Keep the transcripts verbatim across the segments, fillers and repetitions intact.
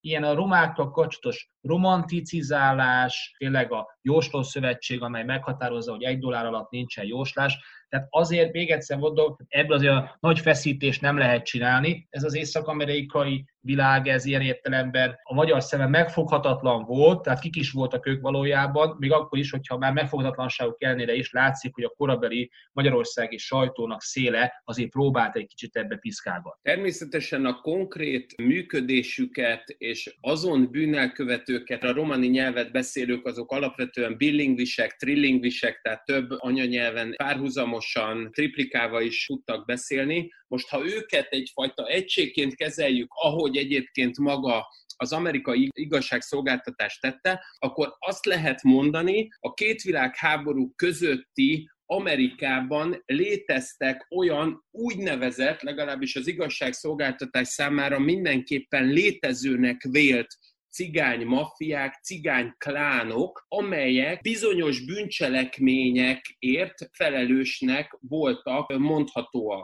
ilyen a romákkal kapcsolatos romanticizálás, tényleg a jóslószövetség, amely meghatározza, hogy egy dollár alatt nincsen jóslás. Tehát azért még egyszer mondom, ebből azért a nagy feszítést nem lehet csinálni. Ez az észak-amerikai világ, ez ilyen értelemben a magyar szemben megfoghatatlan volt, tehát kik is voltak ők valójában, még akkor is, hogyha már megfoghatatlanságuk ellenére is látszik, hogy a korabeli magyarországi sajtónak széle azért próbált egy kicsit ebbe piszkálgatni. Természetesen a konkrét működésüket és azon bűnelkövetőket, a romani nyelvet beszélők, azok alapvetően bilingvisek, trilingvisek, tehát több anyanyelven párhuzamosan, triplikával is tudtak beszélni. Most, ha őket egyfajta egységként kezeljük, ahogy egyébként maga az amerikai igazságszolgáltatás tette, akkor azt lehet mondani, a két világháború közötti Amerikában léteztek olyan úgynevezett, legalábbis az igazságszolgáltatás számára mindenképpen létezőnek vélt cigány maffiák, cigány klánok, amelyek bizonyos bűncselekményekért felelősnek voltak mondhatóak.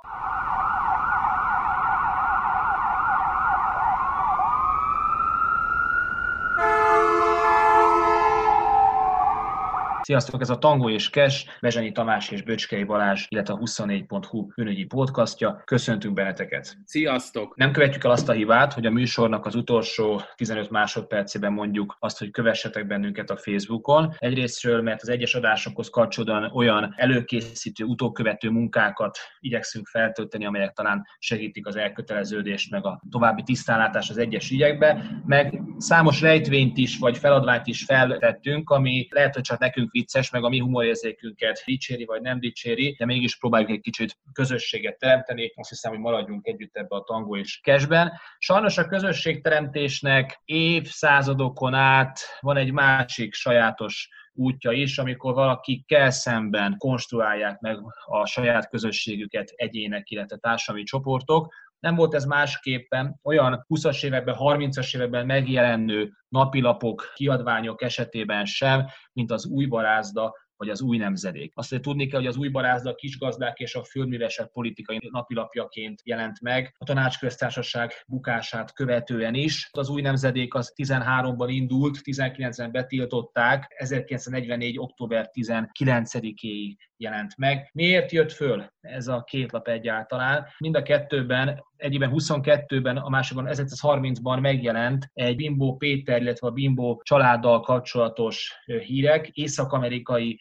Sziasztok, ez a Tango és Cash, Bezsenyi Tamás és Böcskei Balázs, illetve a huszonnégy pont hu bűnügyi podcastja. Köszöntünk benneteket! Sziasztok! Nem követjük el azt a hibát, hogy a műsornak az utolsó tizenöt másodpercében mondjuk azt, hogy kövessetek bennünket a Facebookon. Egyrésztről, mert az egyes adásokhoz kapcsolódóan olyan előkészítő, utókövető munkákat igyekszünk feltölteni, amelyek talán segítik az elköteleződést, meg a további tisztánlátást az egyes ügyekbe, meg számos rejtvényt is, vagy feladványt is feltettünk, ami lehet, hogy csak nekünk vicces, meg a mi humorérzékünket dicséri vagy nem dicséri, de mégis próbáljuk egy kicsit közösséget teremteni. Azt hiszem, hogy maradjunk együtt ebbe a Tango és Cashben. Sajnos a közösségteremtésnek évszázadokon át van egy másik sajátos útja is, amikor valakikkel szemben konstruálják meg a saját közösségüket egyének, illetve társadalmi csoportok. Nem volt ez másképpen olyan húszas években, harmincas években megjelenő napilapok, kiadványok esetében sem, mint az Új Barázda vagy az Új Nemzedék. Azt hogy tudni kell, hogy az Új Barázda a Kisgazdák és a Földművesek politikai napilapjaként jelent meg a Tanácsköztársaság bukását követően is. Az Új Nemzedék az tizenháromban indult, tizenkilencben betiltották, ezerkilencszáznegyvennégy. október tizenkilencedikéig jelent meg. Miért jött föl ez a két lap egyáltalán? Mind a kettőben, egyben huszonkettőben, a másikban ezerkilencszázharmincban megjelent egy Bimbó Péter, illetve a Bimbó családdal kapcsolatos hírek, észak-amerikai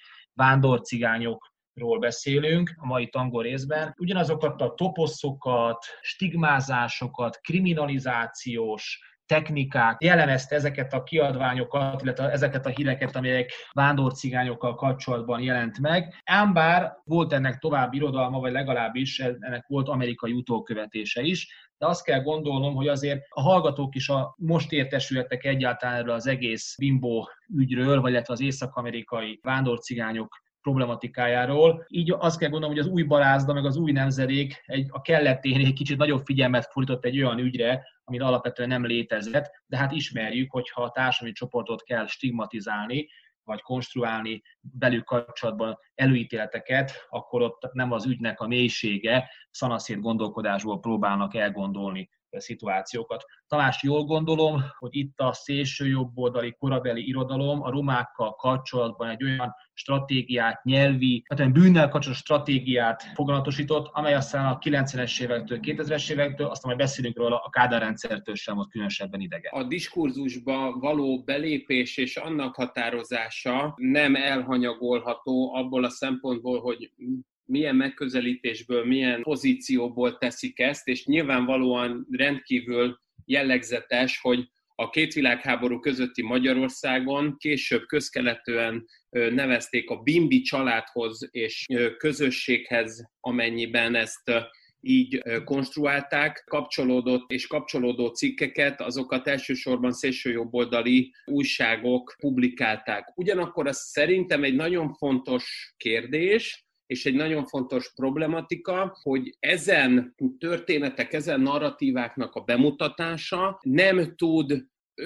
vándorcigányokról beszélünk a mai Tango részben. Ugyanazokat a toposzokat, stigmázásokat, kriminalizációs technikák jellemezte ezeket a kiadványokat, illetve ezeket a híreket, amelyek vándorcigányokkal kapcsolatban jelent meg. Ám bár volt ennek tovább irodalma, vagy legalábbis ennek volt amerikai utókövetése is, de azt kell gondolnom, hogy azért a hallgatók is a most értesültek egyáltalán erről az egész Bimbó ügyről, vagy illetve az észak-amerikai vándorcigányok problematikájáról. Így azt kell gondolnom, hogy az Új Barázda, meg az Új Nemzedék egy, a kelletténél kicsit nagyobb figyelmet fordított egy olyan ügyre, ami alapvetően nem létezett, de hát ismerjük, hogyha a társadalmi csoportot kell stigmatizálni, vagy konstruálni belük kapcsolatban előítéleteket, akkor ott nem az ügynek a mélysége, szanaszét gondolkodásból próbálnak elgondolni szituációkat. Tamás, jól gondolom, hogy itt a szélső jobboldali korabeli irodalom a romákkal kapcsolatban egy olyan stratégiát, nyelvi, hát bűnnel kapcsolatos stratégiát foganatosított, amely aztán a kilencvenes évektől, kétezres évektől, aztán majd beszélünk róla, a Kádár rendszertől sem volt különösebben idegen. A diskurzusba való belépés és annak határozása nem elhanyagolható abból a szempontból, hogy milyen megközelítésből, milyen pozícióból teszik ezt, és nyilvánvalóan rendkívül jellegzetes, hogy a két világháború közötti Magyarországon később közkeletűen nevezték a Bimbi családhoz és közösséghez, amennyiben ezt így konstruálták, kapcsolódott és kapcsolódó cikkeket, azokat elsősorban szélsőjobboldali újságok publikálták. Ugyanakkor ez szerintem egy nagyon fontos kérdés, és egy nagyon fontos problematika, hogy ezen történetek, ezen narratíváknak a bemutatása nem tud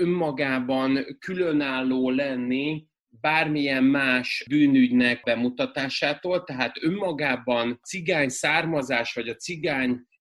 önmagában különálló lenni bármilyen más bűnügynek bemutatásától, tehát önmagában cigány származás vagy a cigány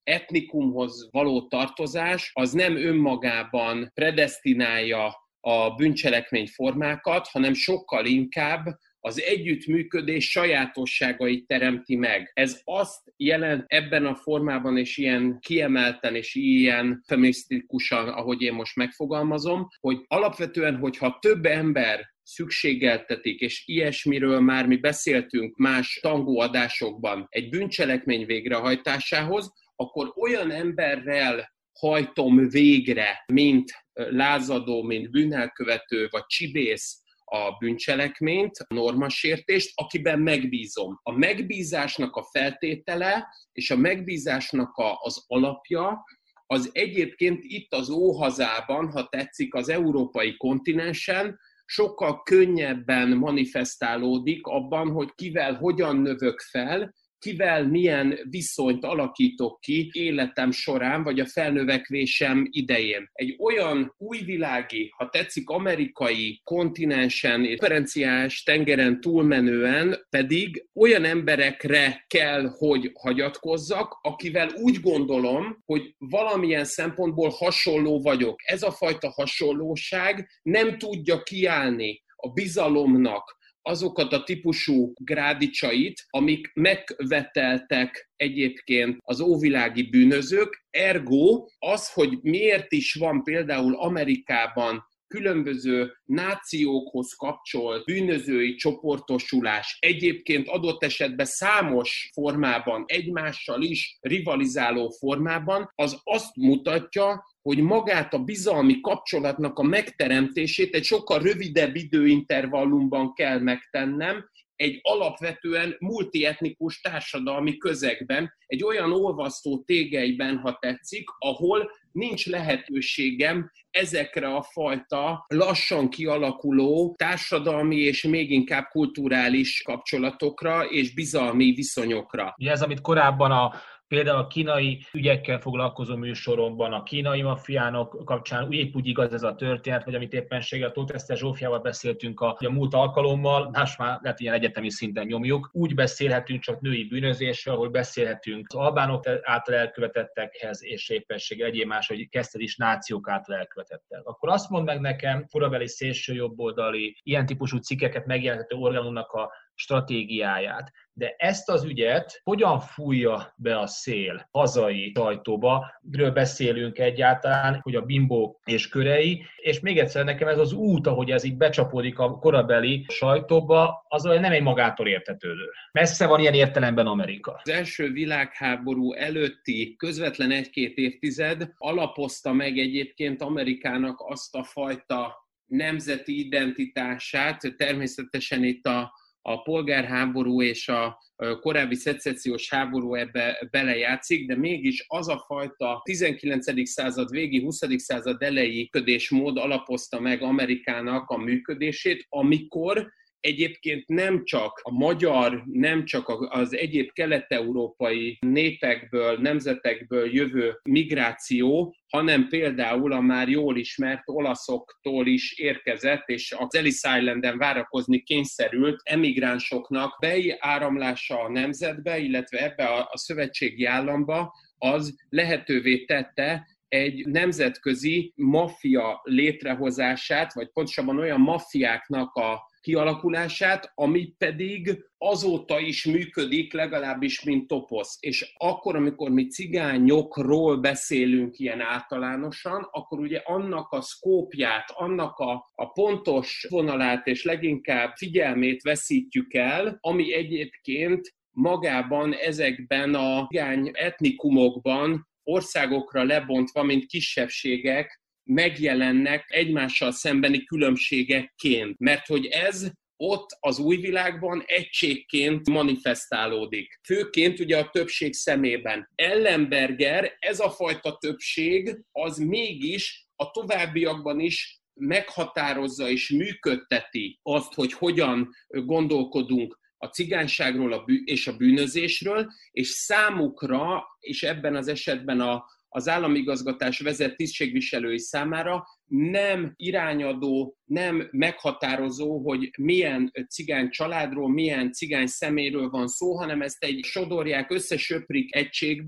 etnikumhoz való tartozás az nem önmagában predesztinálja a bűncselekmény formákat, hanem sokkal inkább az együttműködés sajátosságait teremti meg. Ez azt jelent ebben a formában, és ilyen kiemelten, és ilyen feministikusan, ahogy én most megfogalmazom, hogy alapvetően, hogyha több ember szükségeltetik, és ilyesmiről már mi beszéltünk más tangóadásokban egy bűncselekmény végrehajtásához, akkor olyan emberrel hajtom végre, mint lázadó, mint bűnelkövető, vagy csibész a bűncselekményt, a normasértést, akiben megbízom. A megbízásnak a feltétele, és a megbízásnak a, az alapja, az egyébként itt az óhazában, ha tetszik, az európai kontinensen, sokkal könnyebben manifestálódik abban, hogy kivel hogyan növök fel, kivel milyen viszonyt alakítok ki életem során, vagy a felnövekvésem idején. Egy olyan újvilági, ha tetszik, amerikai kontinensen és differenciális tengeren túlmenően pedig olyan emberekre kell, hogy hagyatkozzak, akivel úgy gondolom, hogy valamilyen szempontból hasonló vagyok. Ez a fajta hasonlóság nem tudja kiállni a bizalomnak azokat a típusú grádicsait, amik megveteltek egyébként az óvilági bűnözők, ergo az, hogy miért is van például Amerikában különböző nációkhoz kapcsolt bűnözői csoportosulás, egyébként adott esetben számos formában, egymással is rivalizáló formában, az azt mutatja, hogy magát a bizalmi kapcsolatnak a megteremtését egy sokkal rövidebb időintervallumban kell megtennem, egy alapvetően multietnikus társadalmi közegben, egy olyan olvasztó tégelyben, ha tetszik, ahol nincs lehetőségem ezekre a fajta lassan kialakuló társadalmi és még inkább kulturális kapcsolatokra és bizalmi viszonyokra. Ugye ez, amit korábban a például a kínai ügyekkel foglalkozó műsoromban, a kínai maffiánok kapcsán épp úgy igaz ez a történet, vagy amit éppenséggel Tóth Eszter Zsófiával beszéltünk a, a múlt alkalommal, más már lehet ilyen egyetemi szinten nyomjuk. Úgy beszélhetünk csak női bűnözésről, hogy beszélhetünk az albánok által elkövetettekhez, és éppenséggel egyéb más, hogy kezdted is nációk által elkövetettek. Akkor azt mondd meg nekem, korabeli szélső jobboldali, ilyen típusú cikkeket megjelentető orgánumnak a stratégiáját. De ezt az ügyet hogyan fújja be a szél hazai sajtóba? Miről beszélünk egyáltalán, hogy a bimbó és körei, és még egyszer nekem ez az út, ahogy ez így becsapódik a korabeli sajtóba, az nem egy magától értetődő. Messze van ilyen értelemben Amerika. Az első világháború előtti közvetlen egy-két évtized alapozta meg egyébként Amerikának azt a fajta nemzeti identitását, természetesen itt a A polgárháború és a korábbi szecessziós háború ebbe belejátszik, de mégis az a fajta tizenkilencedik század végi, huszadik század elejé működésmód alapozta meg Amerikának a működését, amikor egyébként nem csak a magyar, nem csak az egyéb kelet-európai népekből, nemzetekből jövő migráció, hanem például a már jól ismert olaszoktól is érkezett, és az Ellis Islanden várakozni kényszerült emigránsoknak beáramlása a nemzetbe, illetve ebbe a szövetségi államba, az lehetővé tette egy nemzetközi maffia létrehozását, vagy pontosabban olyan maffiáknak a kialakulását, ami pedig azóta is működik, legalábbis mint toposz. És akkor, amikor mi cigányokról beszélünk ilyen általánosan, akkor ugye annak a szkópját, annak a, a pontos vonalát és leginkább figyelmét veszítjük el, ami egyébként magában ezekben a cigány etnikumokban országokra lebontva, mint kisebbségek megjelennek egymással szembeni különbségekként. Mert hogy ez ott az új világban egységként manifestálódik. Főként ugye a többség szemében. Ellenberger, ez a fajta többség, az mégis a továbbiakban is meghatározza és működteti azt, hogy hogyan gondolkodunk a cigányságról a bű- és a bűnözésről, és számukra, és ebben az esetben a, az államigazgatás vezet tisztségviselői számára nem irányadó, nem meghatározó, hogy milyen cigány családról, milyen cigány személyről van szó, hanem ezt egy sodorják, összesöprik egységbe,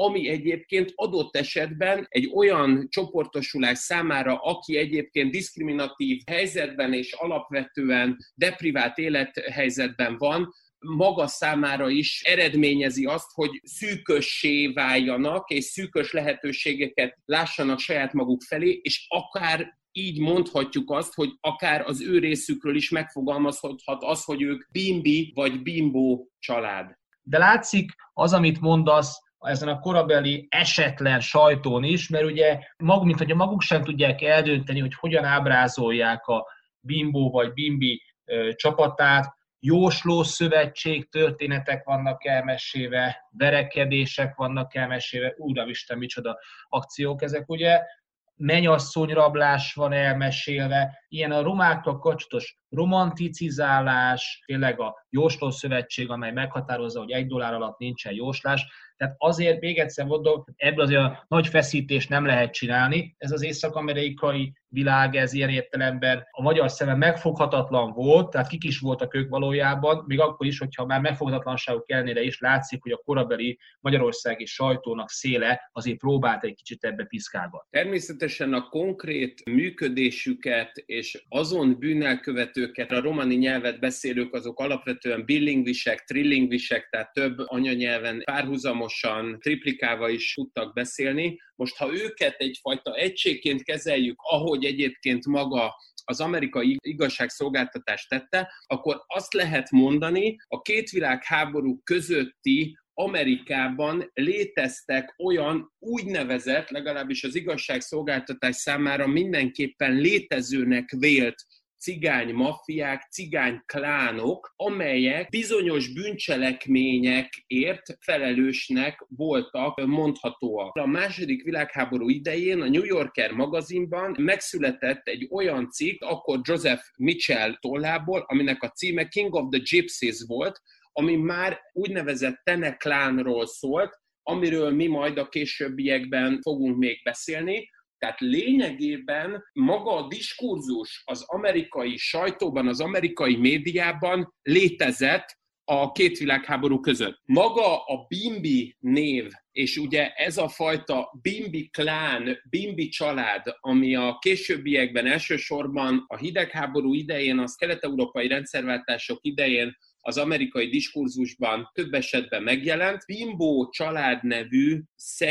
ami egyébként adott esetben egy olyan csoportosulás számára, aki egyébként diszkriminatív helyzetben és alapvetően deprivált élethelyzetben van, maga számára is eredményezi azt, hogy szűkössé váljanak, és szűkös lehetőségeket lássanak saját maguk felé, és akár így mondhatjuk azt, hogy akár az ő részükről is megfogalmazhat az, hogy ők bimbi vagy bimbó család. De látszik az, amit mondasz, ezen a korabeli esetlen sajtón is, mert ugye maguk, mint hogy maguk sem tudják eldönteni, hogy hogyan ábrázolják a bimbó vagy bimbi ö, csapatát, jósló szövetség történetek vannak elmesélve, verekedések vannak elmesélve, úristen, micsoda akciók ezek, ugye, mennyasszonyrablás van elmesélve, ilyen a romákkal kapcsolatos romanticizálás, tényleg a jóslószövetség, amely meghatározza, hogy egy dollár alatt nincsen jóslás. Tehát azért még egyszer mondom, ebből azért a nagy feszítést nem lehet csinálni. Ez az észak-amerikai világ, ez ilyen értelemben a magyar szemben megfoghatatlan volt, tehát kik is voltak ők valójában, még akkor is, hogyha már megfoghatatlanságuk ellenére is látszik, hogy a korabeli magyarországi sajtónak széle azért próbált egy kicsit ebbe piszkálgatni. Természetesen a konkrét működésüket és azon bűnelkövetőket, a romani nyelvet beszélők, azok alapvetően bilingvisek, trilingvisek, tehát több anyanyelven párhuzamosan, triplikával is tudtak beszélni. Most, ha őket egyfajta egységként kezeljük, ahogy egyébként maga az amerikai igazságszolgáltatás tette, akkor azt lehet mondani, a két világháború közötti Amerikában léteztek olyan úgynevezett, legalábbis az igazságszolgáltatás számára mindenképpen létezőnek vélt cigány maffiák, cigány klánok, amelyek bizonyos bűncselekményekért felelősnek voltak mondhatóak. A második világháború idején a New Yorker magazinban megszületett egy olyan cikk, akkor Joseph Mitchell tollából, aminek a címe King of the Gypsies volt, ami már úgynevezett Tene klánról szólt, amiről mi majd a későbbiekben fogunk még beszélni. Tehát lényegében maga a diskurzus az amerikai sajtóban, az amerikai médiában létezett a két világháború között. Maga a bimbi név, és ugye ez a fajta bimbi klán, bimbi család, ami a későbbiekben elsősorban a hidegháború idején, az kelet-európai rendszerváltások idején az amerikai diskurzusban több esetben megjelent, Bimbó családnevű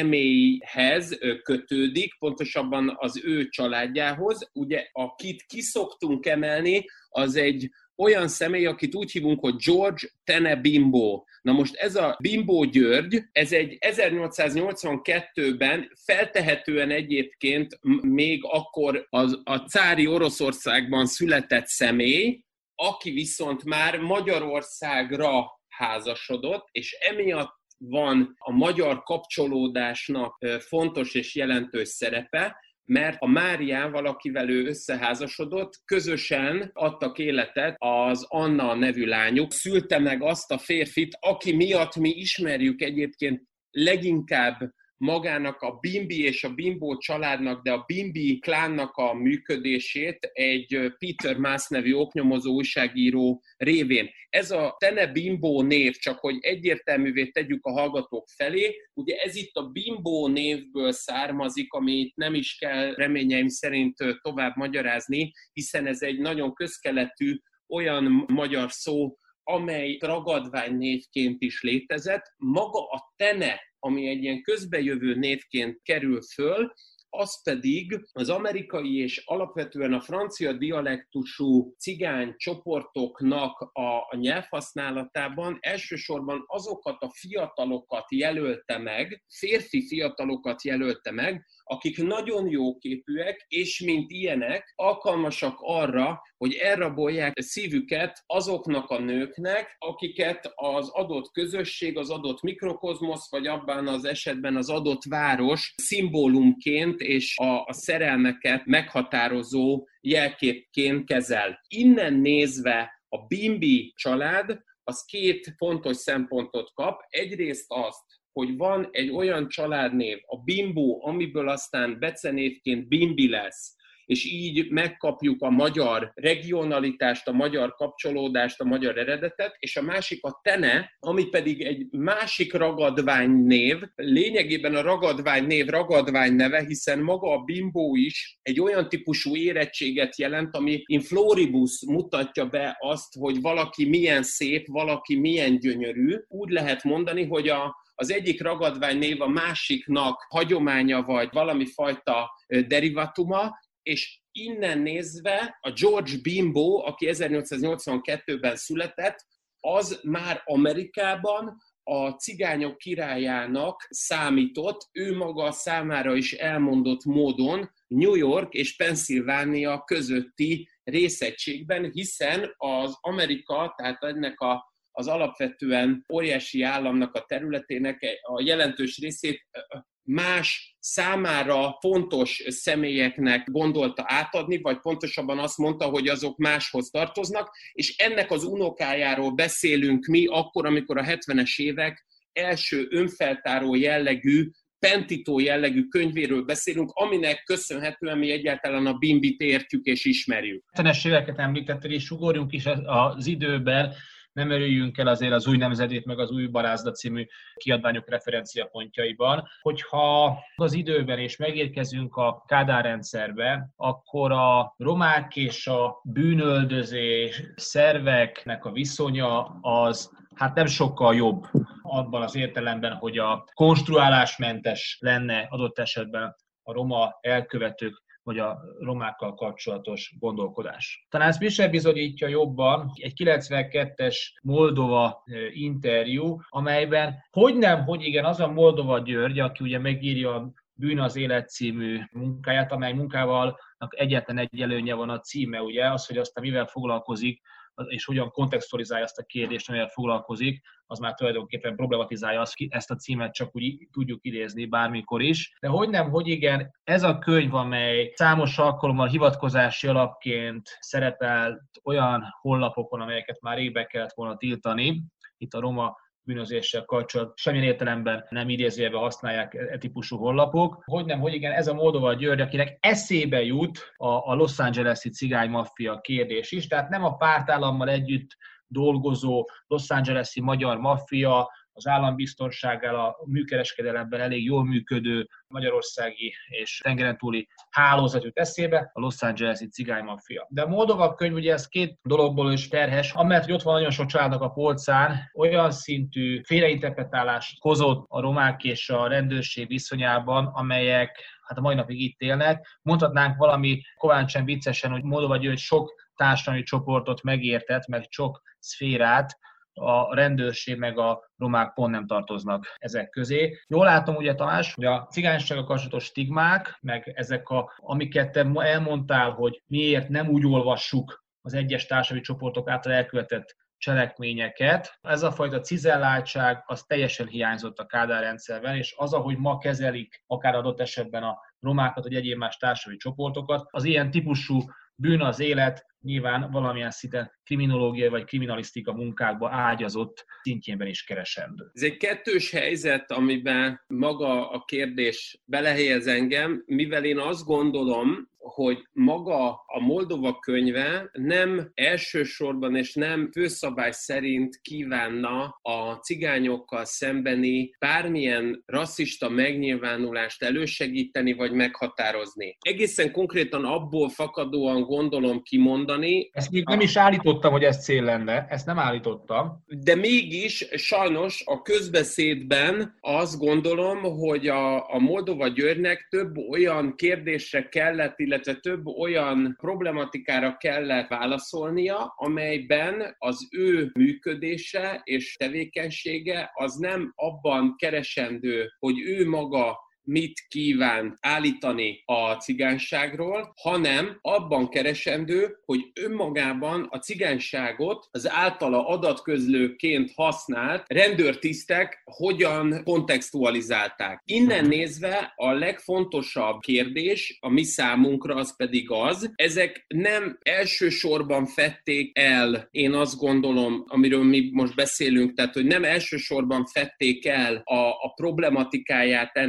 személyhez kötődik, pontosabban az ő családjához. Ugye, akit kiszoktunk emelni, az egy olyan személy, akit úgy hívunk, hogy George Tene Bimbó. Na most ez a Bimbó György, ez egy ezernyolcszáznyolcvankettőben feltehetően egyébként még akkor az, a cári Oroszországban született személy, aki viszont már Magyarországra házasodott, és emiatt van a magyar kapcsolódásnak fontos és jelentős szerepe, mert a Máriával, akivel ő összeházasodott, közösen adtak életet az Anna nevű lányuk. Szülte meg azt a férfit, aki miatt mi ismerjük egyébként leginkább magának a Bimbi és a Bimbó családnak, de a Bimbi klánnak a működését egy Peter Maas nevű oknyomozó újságíró révén. Ez a Tene Bimbó név, csak hogy egyértelművé tegyük a hallgatók felé, ugye ez itt a Bimbó névből származik, amit nem is kell reményeim szerint tovább magyarázni, hiszen ez egy nagyon közkeletű olyan magyar szó, amely ragadvány névként is létezett. Maga a Tene, ami egy ilyen közbejövő névként kerül föl, az pedig az amerikai és alapvetően a francia dialektusú cigány csoportoknak a, a nyelvhasználatában elsősorban azokat a fiatalokat jelölte meg, férfi fiatalokat jelölte meg, akik nagyon jóképűek, és mint ilyenek alkalmasak arra, hogy elrabolják szívüket azoknak a nőknek, akiket az adott közösség, az adott mikrokozmosz, vagy abban az esetben az adott város szimbólumként és a, a szerelmeket meghatározó jelképként kezel. Innen nézve a Bimbi család az két fontos szempontot kap. Egyrészt azt, hogy van egy olyan családnév, a Bimbó, amiből aztán becenévként Bimbi lesz, és így megkapjuk a magyar regionalitást, a magyar kapcsolódást, a magyar eredetet, és a másik a tene, ami pedig egy másik ragadványnév, lényegében a ragadványnév ragadvány neve, hiszen maga a bimbó is egy olyan típusú érettséget jelent, ami in floribus mutatja be azt, hogy valaki milyen szép, valaki milyen gyönyörű. Úgy lehet mondani, hogy a Az egyik ragadványnév a másiknak hagyománya vagy valami fajta derivatuma, és innen nézve a George Bimbo, aki ezernyolcszáznyolcvankettőben született, az már Amerikában a cigányok királyának számított, ő maga számára is elmondott módon New York és Pennsylvania közötti részegységben, hiszen az Amerika, tehát ennek a az alapvetően óriási államnak a területének a jelentős részét más számára fontos személyeknek gondolta átadni, vagy pontosabban azt mondta, hogy azok máshoz tartoznak, és ennek az unokájáról beszélünk mi akkor, amikor a hetvenes évek első önfeltáró jellegű, pentító jellegű könyvéről beszélünk, aminek köszönhetően mi egyáltalán a Bimbit értjük és ismerjük. hetvenes éveket említetted, és ugorjunk is az időben, nem örüljünk el azért az Új Nemzedét, meg az Új Barázda című kiadványok referenciapontjaiban. Hogyha az időben és megérkezünk a Kádár rendszerbe, akkor a romák és a bűnöldözés szerveknek a viszonya az hát nem sokkal jobb abban az értelemben, hogy a konstruálásmentes lenne adott esetben a roma elkövetők vagy a romákkal kapcsolatos gondolkodás. Talán ezt mi sem bizonyítja jobban egy kilencvenkettes Moldova interjú, amelyben hogy nem, hogy igen, az a Moldova György, aki ugye megírja a Bűn az élet című munkáját, amely munkával egyetlen egy előnye van a címe, ugye, az, hogy aztán mivel foglalkozik, és hogyan kontextualizálja azt a kérdést, amivel foglalkozik, az már tulajdonképpen problematizálja azt, ezt a címet csak úgy tudjuk idézni bármikor is. De hogy nem, hogy igen, ez a könyv, amely számos alkalommal hivatkozási alapként szerepelt olyan honlapokon, amelyeket már rég be kellett volna tiltani, itt a roma bűnözéssel kapcsolatban semmilyen értelemben nem idézőjelbe használják e típusú honlapok. Hogy nem, hogy igen, ez a Moldova György, akinek eszébe jut a, a Los Angeles-i cigánymaffia kérdés is, tehát nem a pártállammal együtt dolgozó Los Angeles-i magyar maffia, az állambiztonsággal, a műkereskedelemben elég jól működő magyarországi és tengeren túli hálózat jut eszébe, a Los Angeles-i cigánymaffia. De a Moldova könyv ugye ez két dologból is terhes, amellett, hogy ott van nagyon sok családnak a polcán, olyan szintű félreinterpretálást hozott a romák és a rendőrség viszonyában, amelyek hát a mai napig itt élnek. Mondhatnánk valami kováncsán viccesen, hogy Moldova György sok társadalmi csoportot megértett, meg sok szférát, a rendőrség meg a romák pont nem tartoznak ezek közé. Jól látom ugye, Tamás, hogy a cigánysággal kapcsolatos stigmák, meg ezek, a, amiket te elmondtál, hogy miért nem úgy olvassuk az egyes társadalmi csoportok által elkövetett cselekményeket. Ez a fajta cizelláltság az teljesen hiányzott a Kádár rendszerben, és az, ahogy ma kezelik akár adott esetben a romákat, vagy egyéb más társadalmi csoportokat, az ilyen típusú bűn az élet nyilván valamilyen szinten kriminológiai vagy kriminalisztika munkákba ágyazott szintjében is keresendő. Ez egy kettős helyzet, amiben maga a kérdés belehelyez engem, mivel én azt gondolom, hogy maga a Moldova könyve nem elsősorban és nem főszabály szerint kívánna a cigányokkal szembeni bármilyen rasszista megnyilvánulást elősegíteni vagy meghatározni. Egészen konkrétan abból fakadóan gondolom kimondani. Ezt még nem is állítottam, hogy ez cél lenne, ezt nem állítottam. De mégis sajnos a közbeszédben azt gondolom, hogy a, a Moldova Györgynek több olyan kérdésre kellett, illetve több olyan problematikára kellett válaszolnia, amelyben az ő működése és tevékenysége az nem abban keresendő, hogy ő maga mit kíván állítani a cigányságról, hanem abban keresendő, hogy önmagában a cigányságot az általa adatközlőként használt rendőrtisztek hogyan kontextualizálták. Innen nézve a legfontosabb kérdés a mi számunkra az pedig az, ezek nem elsősorban fedték el, én azt gondolom, amiről mi most beszélünk, tehát hogy nem elsősorban fedték el a, a problematikáját ennek az egész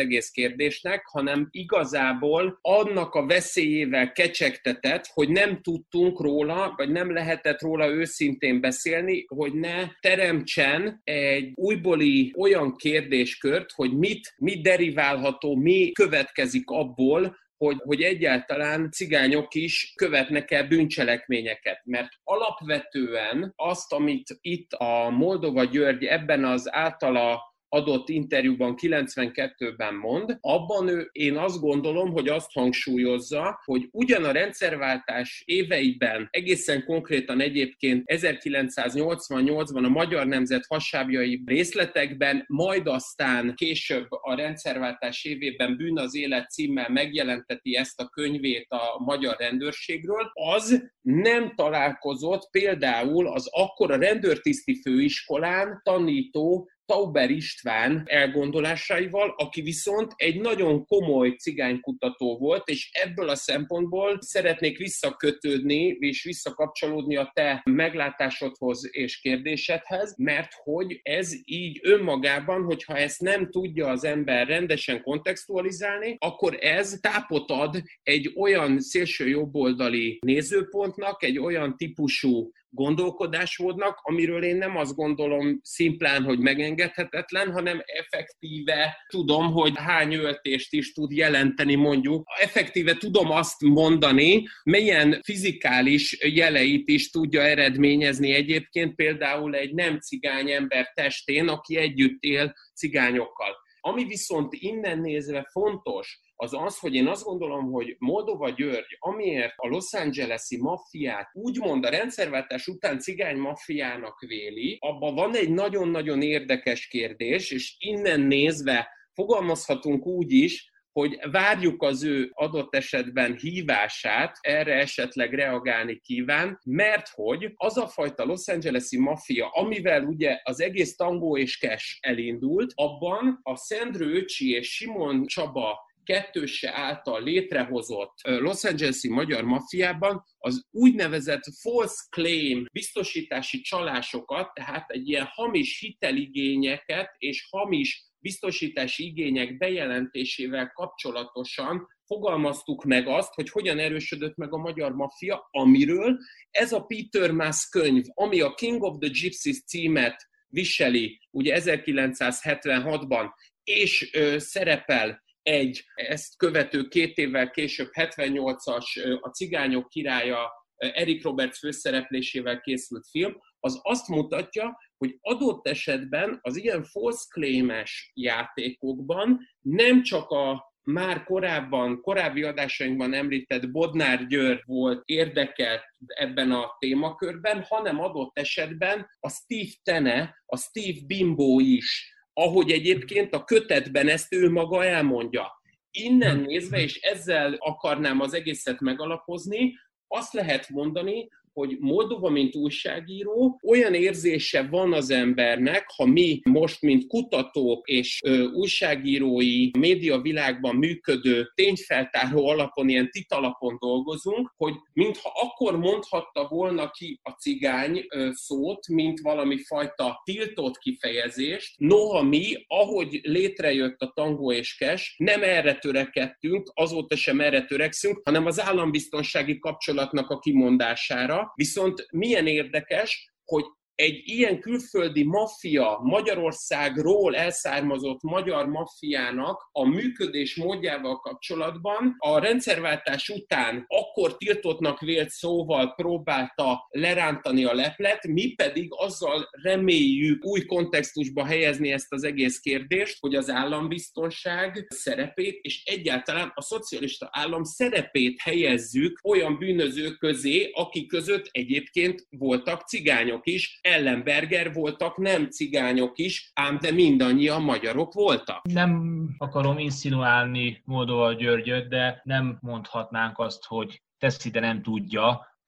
egész kérdésnek, hanem igazából annak a veszélyével kecsegtetett, hogy nem tudtunk róla, vagy nem lehetett róla őszintén beszélni, hogy ne teremtsen egy újbóli olyan kérdéskört, hogy mit, mit deriválható, mi következik abból, Hogy, hogy egyáltalán cigányok is követnek el bűncselekményeket. Mert alapvetően azt, amit itt a Moldova György ebben az általa adott interjúban kilencvenkettőben mond, abban ő, én azt gondolom, hogy azt hangsúlyozza, hogy ugyan a rendszerváltás éveiben, egészen konkrétan egyébként ezerkilencszáznyolcvannyolcban a Magyar Nemzet hasábjai részletekben, majd aztán később a rendszerváltás évében Bűn az élet címmel megjelenteti ezt a könyvét a magyar rendőrségről, az nem találkozott például az akkor a rendőrtiszti főiskolán tanító Tauber István elgondolásaival, aki viszont egy nagyon komoly cigánykutató volt, és ebből a szempontból szeretnék visszakötődni és visszakapcsolódni a te meglátásodhoz és kérdésedhez, mert hogy ez így önmagában, hogyha ezt nem tudja az ember rendesen kontextualizálni, akkor ez tápot ad egy olyan szélső jobboldali nézőpontnak, egy olyan típusú gondolkodásmódnak, amiről én nem azt gondolom szimplán, hogy megengedhetetlen, hanem effektíve tudom, hogy hány öltést is tud jelenteni mondjuk. Effektíve tudom azt mondani, milyen fizikális jeleit is tudja eredményezni egyébként például egy nem cigány ember testén, aki együtt él cigányokkal. Ami viszont innen nézve fontos, az az, hogy én azt gondolom, hogy Moldova György, amiért a Los Angeles-i maffiát úgymond a rendszerváltás után cigány maffiának véli, abban van egy nagyon-nagyon érdekes kérdés, és innen nézve fogalmazhatunk úgy is, hogy várjuk az ő adott esetben hívását, erre esetleg reagálni kíván, mert hogy az a fajta Los Angeles-i maffia, amivel ugye az egész Tango és Cash elindult, abban a Szendrő Öcsi és Simon Csaba kettőse által létrehozott Los Angeles-i magyar maffiában az úgynevezett false claim biztosítási csalásokat, tehát egy ilyen hamis hiteligényeket és hamis biztosítási igények bejelentésével kapcsolatosan fogalmaztuk meg azt, hogy hogyan erősödött meg a magyar maffia, amiről ez a Peter Maas könyv, ami a King of the Gypsies címet viseli, ugye ezerkilencszázhetvenhatban, és ö, szerepel egy, ezt követő két évvel később hetvennyolcas a Cigányok királya Eric Roberts főszereplésével készült film, az azt mutatja, hogy adott esetben az ilyen false claim-es játékokban nem csak a már korábban, korábbi adásainkban említett Bodnár György volt érdekelt ebben a témakörben, hanem adott esetben a Steve Tene, a Steve Bimbo is, ahogy egyébként a kötetben ezt ő maga elmondja. Innen nézve, és ezzel akarnám az egészet megalapozni, azt lehet mondani, hogy Moldova, mint újságíró, olyan érzése van az embernek, ha mi most, mint kutatók és ö, újságírói médiavilágban működő tényfeltáró alapon, ilyen titalapon dolgozunk, hogy mintha akkor mondhatta volna ki a cigány ö, szót, mint valami fajta tiltott kifejezést, noha mi, ahogy létrejött a Tango és Cash, nem erre törekedtünk, azóta sem erre törekszünk, hanem az állambiztonsági kapcsolatnak a kimondására. Viszont milyen érdekes, hogy egy ilyen külföldi maffia, Magyarországról elszármazott magyar maffiának a működés módjával kapcsolatban a rendszerváltás után akkor tiltottnak vélt szóval próbálta lerántani a leplet, mi pedig azzal reméljük új kontextusba helyezni ezt az egész kérdést, hogy az állambiztonság szerepét és egyáltalán a szocialista állam szerepét helyezzük olyan bűnözők közé, akik között egyébként voltak cigányok is, Ellenberger voltak nem cigányok is, ám de mindannyian magyarok voltak. Nem akarom insinuálni Moldova Györgyöt, de nem mondhatnánk azt, hogy teszi, de nem tudja.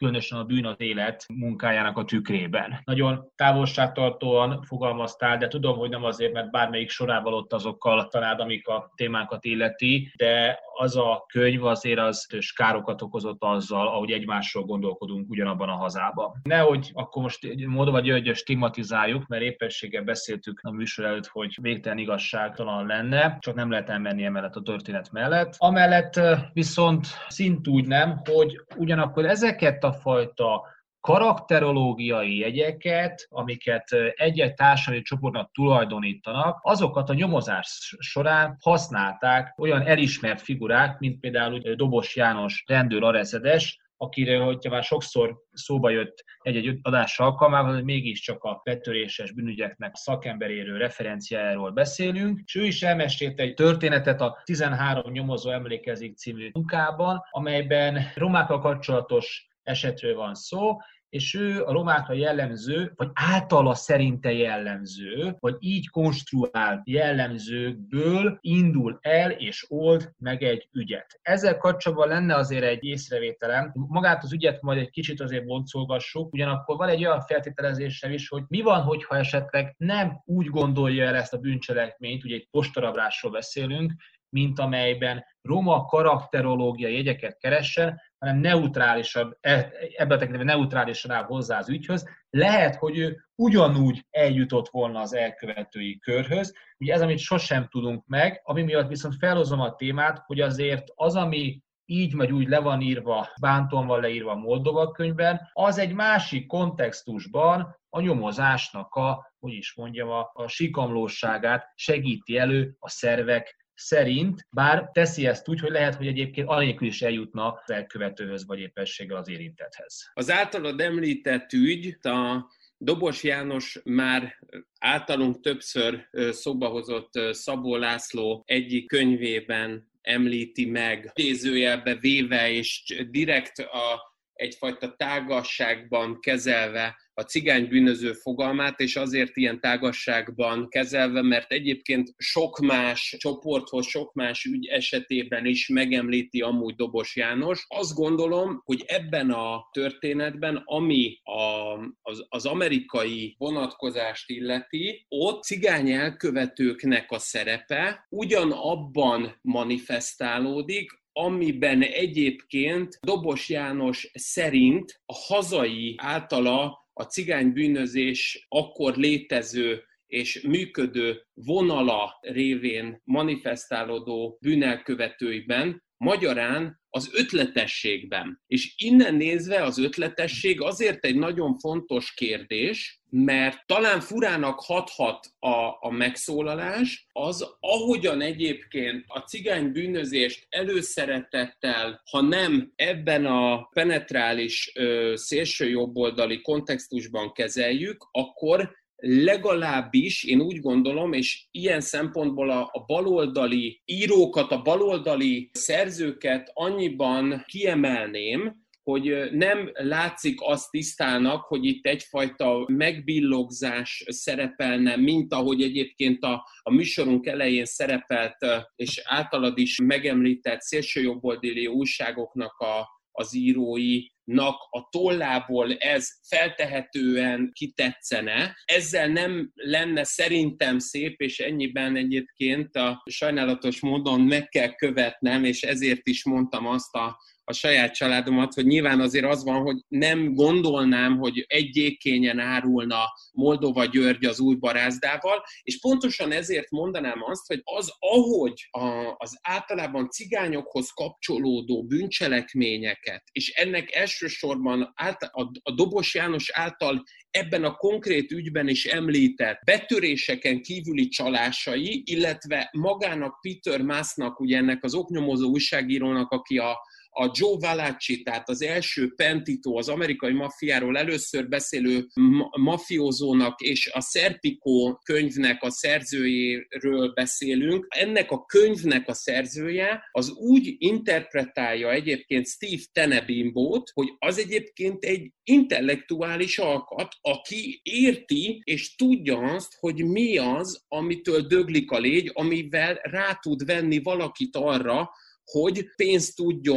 különösen a bűn az élet munkájának a tükrében. Nagyon távolságtartóan fogalmaztál, de tudom, hogy nem azért, mert bármelyik sorával ott azokkal találd, amik a témánkat illeti, de az a könyv azért az károkat okozott azzal, ahogy egymásról gondolkodunk ugyanabban a hazában. Nehogy akkor most Moldova Györgyöt stigmatizáljuk, mert éppenséggel beszéltük a műsor előtt, hogy végtelen igazságtalan lenne, csak nem lehet elmenni emellett a történet mellett. Amellett viszont szintúgy nem, hogy ugyanakkor ezeket a fajta karakterológiai jegyeket, amiket egy-egy társadalmi csoportnak tulajdonítanak, azokat a nyomozás során használták olyan elismert figurák, mint például Dobos János rendőr arezedes, akiről, hogyha már sokszor szóba jött egy-egy adás alkalmával, hogy mégiscsak a betöréses bűnügyeknek szakemberéről, referenciájáról beszélünk, és ő is elmesélte egy történetet a tizenhárom nyomozó emlékezik című munkában, amelyben romákkal kapcsolatos esetről van szó, és ő a romákra jellemző, vagy általa szerinte jellemző, vagy így konstruált jellemzőkből indul el és old meg egy ügyet. Ezzel kapcsolatban lenne azért egy észrevételem, magát az ügyet majd egy kicsit azért boncolgassuk, ugyanakkor van egy olyan feltételezésem is, hogy mi van, hogyha esetleg nem úgy gondolja el ezt a bűncselekményt, ugye egy postarablásról beszélünk, mint amelyben roma karakterológiai jegyeket keressen, hanem neutrálisabb, ebben a tekintetben neutrálisan áll hozzá az ügyhöz. Lehet, hogy ő ugyanúgy eljutott volna az elkövetői körhöz. Ugye ez, amit sosem tudunk meg, ami miatt viszont felhozom a témát, hogy azért az, ami így vagy úgy le van írva, bántóan van leírva a Moldova könyvben, az egy másik kontextusban a nyomozásnak a, hogy is mondjam, a, a sikamlóságát segíti elő a szervek szerint, bár teszi ezt úgy, hogy lehet, hogy egyébként anélkül is eljutna az elkövetőhöz, vagy éppenséggel az érintetthez. Az általad említett ügy, a Dobos János már általunk többször szóba hozott Szabó László egyik könyvében említi meg, idézőjelbe véve és direkt a egyfajta tágasságban kezelve a cigánybűnöző fogalmát, és azért ilyen tágasságban kezelve, mert egyébként sok más csoporthoz, sok más ügy esetében is megemlíti amúgy Dobos János. Azt gondolom, hogy ebben a történetben, ami a, az, az amerikai vonatkozást illeti, ott cigány elkövetőknek a szerepe ugyanabban manifestálódik, amiben egyébként Dobos János szerint a hazai általa a cigánybűnözés akkor létező és működő vonala révén manifestálódó bűnelkövetőiben, magyarán az ötletességben. És innen nézve az ötletesség azért egy nagyon fontos kérdés, mert talán furának hathat a, a megszólalás, az ahogyan egyébként a cigánybűnözést előszeretettel, ha nem ebben a penetrális ö, szélsőjobboldali kontextusban kezeljük, akkor legalábbis én úgy gondolom, és ilyen szempontból a, a baloldali írókat, a baloldali szerzőket annyiban kiemelném, hogy nem látszik azt tisztának, hogy itt egyfajta megbillogzás szerepelne, mint ahogy egyébként a, a műsorunk elején szerepelt, és általad is megemlített szélsőjobboldali újságoknak a, az írói, a tollából ez feltehetően kitetszene. Ezzel nem lenne szerintem szép, és ennyiben egyébként a sajnálatos módon meg kell követnem, és ezért is mondtam azt a, a saját családomat, hogy nyilván azért az van, hogy nem gondolnám, hogy egy gyékényen árulna Moldova György az új barázdával, és pontosan ezért mondanám azt, hogy az, ahogy a, az általában cigányokhoz kapcsolódó bűncselekményeket, és ennek elsősorban által, a, a Dobos János által ebben a konkrét ügyben is említett betöréseken kívüli csalásai, illetve magának Peter Maasnak, ugye ennek az oknyomozó újságírónak, aki a A Joe Valachi, tehát az első pentító, az amerikai maffiáról először beszélő mafiózónak és a Serpico könyvnek a szerzőjéről beszélünk. Ennek a könyvnek a szerzője az úgy interpretálja egyébként Steve Tenebimbót, hogy az egyébként egy intellektuális alkat, aki érti és tudja azt, hogy mi az, amitől döglik a légy, amivel rá tud venni valakit arra, hogy pénzt tudjon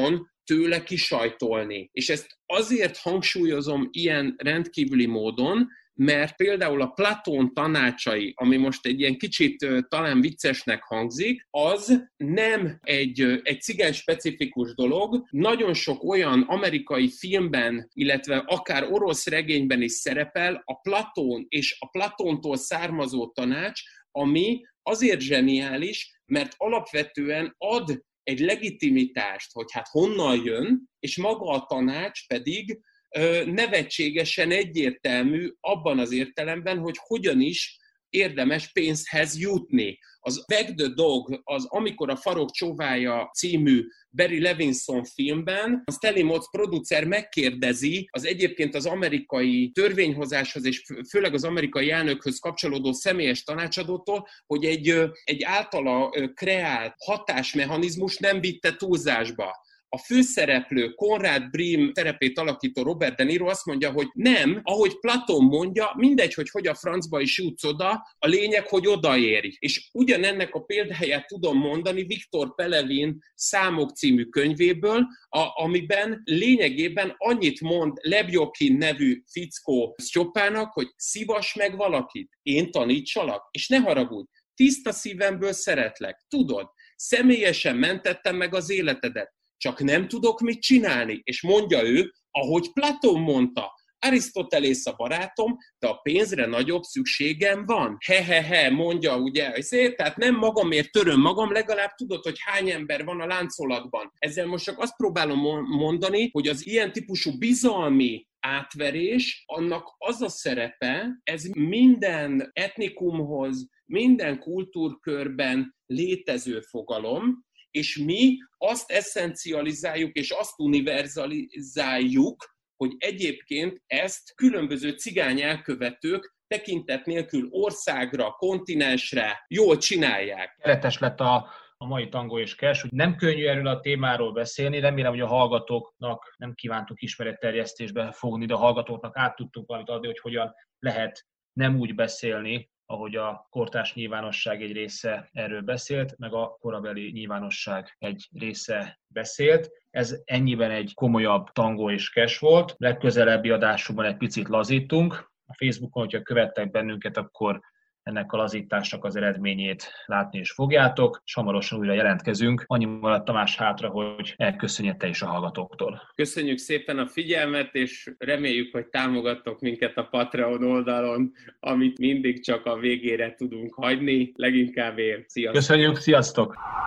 tőle kisajtolni. És ezt azért hangsúlyozom ilyen rendkívüli módon, mert például a Platón tanácsai, ami most egy ilyen kicsit talán viccesnek hangzik, az nem egy, egy cigány specifikus dolog. Nagyon sok olyan amerikai filmben, illetve akár orosz regényben is szerepel a Platón és a Platóntól származó tanács, ami azért zseniális, mert alapvetően ad egy legitimitást, hogy hát honnan jön, és maga a tanács pedig nevetségesen egyértelmű abban az értelemben, hogy hogyan is érdemes pénzhez jutni. Az Wag the Dog, az Amikor a farok csóválja című Barry Levinson filmben, a Stanley Motz producer megkérdezi az egyébként az amerikai törvényhozáshoz és főleg az amerikai elnökhöz kapcsolódó személyes tanácsadótól, hogy egy, egy általa kreált hatásmechanizmus nem vitte túlzásba. A főszereplő, Conrad Brim szerepét alakító Robert De Niro azt mondja, hogy nem, ahogy Platón mondja, mindegy, hogy hogy a francba is jutsz oda, a lényeg, hogy odaérj. És ugyanennek a példáját tudom mondani Viktor Pelevin Számok című könyvéből, a, amiben lényegében annyit mond Lebjokin nevű fickó Sztyopának, hogy szívass meg valakit, én tanítsalak, és ne haragudj, tiszta szívemből szeretlek, tudod, személyesen mentettem meg az életedet, csak nem tudok mit csinálni. És mondja ő, ahogy Platón mondta, Arisztotelész a barátom, de a pénzre nagyobb szükségem van. He-he-he, mondja ugye, ezért, tehát nem magamért töröm magam, legalább tudod, hogy hány ember van a láncolatban. Ezzel most csak azt próbálom mondani, hogy az ilyen típusú bizalmi átverés, annak az a szerepe, ez minden etnikumhoz, minden kultúrkörben létező fogalom, és mi azt eszencializáljuk és azt univerzalizáljuk, hogy egyébként ezt különböző cigány elkövetők tekintet nélkül országra, kontinensre jól csinálják. Keretes lett a, a mai Tango és Cash, hogy nem könnyű erről a témáról beszélni, remélem, hogy a hallgatóknak nem kívántuk ismeretterjesztésbe fogni, de a hallgatóknak át tudtunk valamit adni, hogy hogyan lehet nem úgy beszélni, ahogy a kortárs nyilvánosság egy része erről beszélt, meg a korabeli nyilvánosság egy része beszélt. Ez ennyiben egy komolyabb Tango és Cash volt. Legközelebbi adásunkban egy picit lazítunk. A Facebookon, hogyha követtek bennünket, akkor ennek a lazításnak az eredményét látni is fogjátok, és hamarosan újra jelentkezünk. Annyi maradt Tamás hátra, hogy elköszönje te is a hallgatóktól. Köszönjük szépen a figyelmet, és reméljük, hogy támogattok minket a Patreon oldalon, amit mindig csak a végére tudunk hagyni. Leginkább ér. Sziasztok! Köszönjük, sziasztok!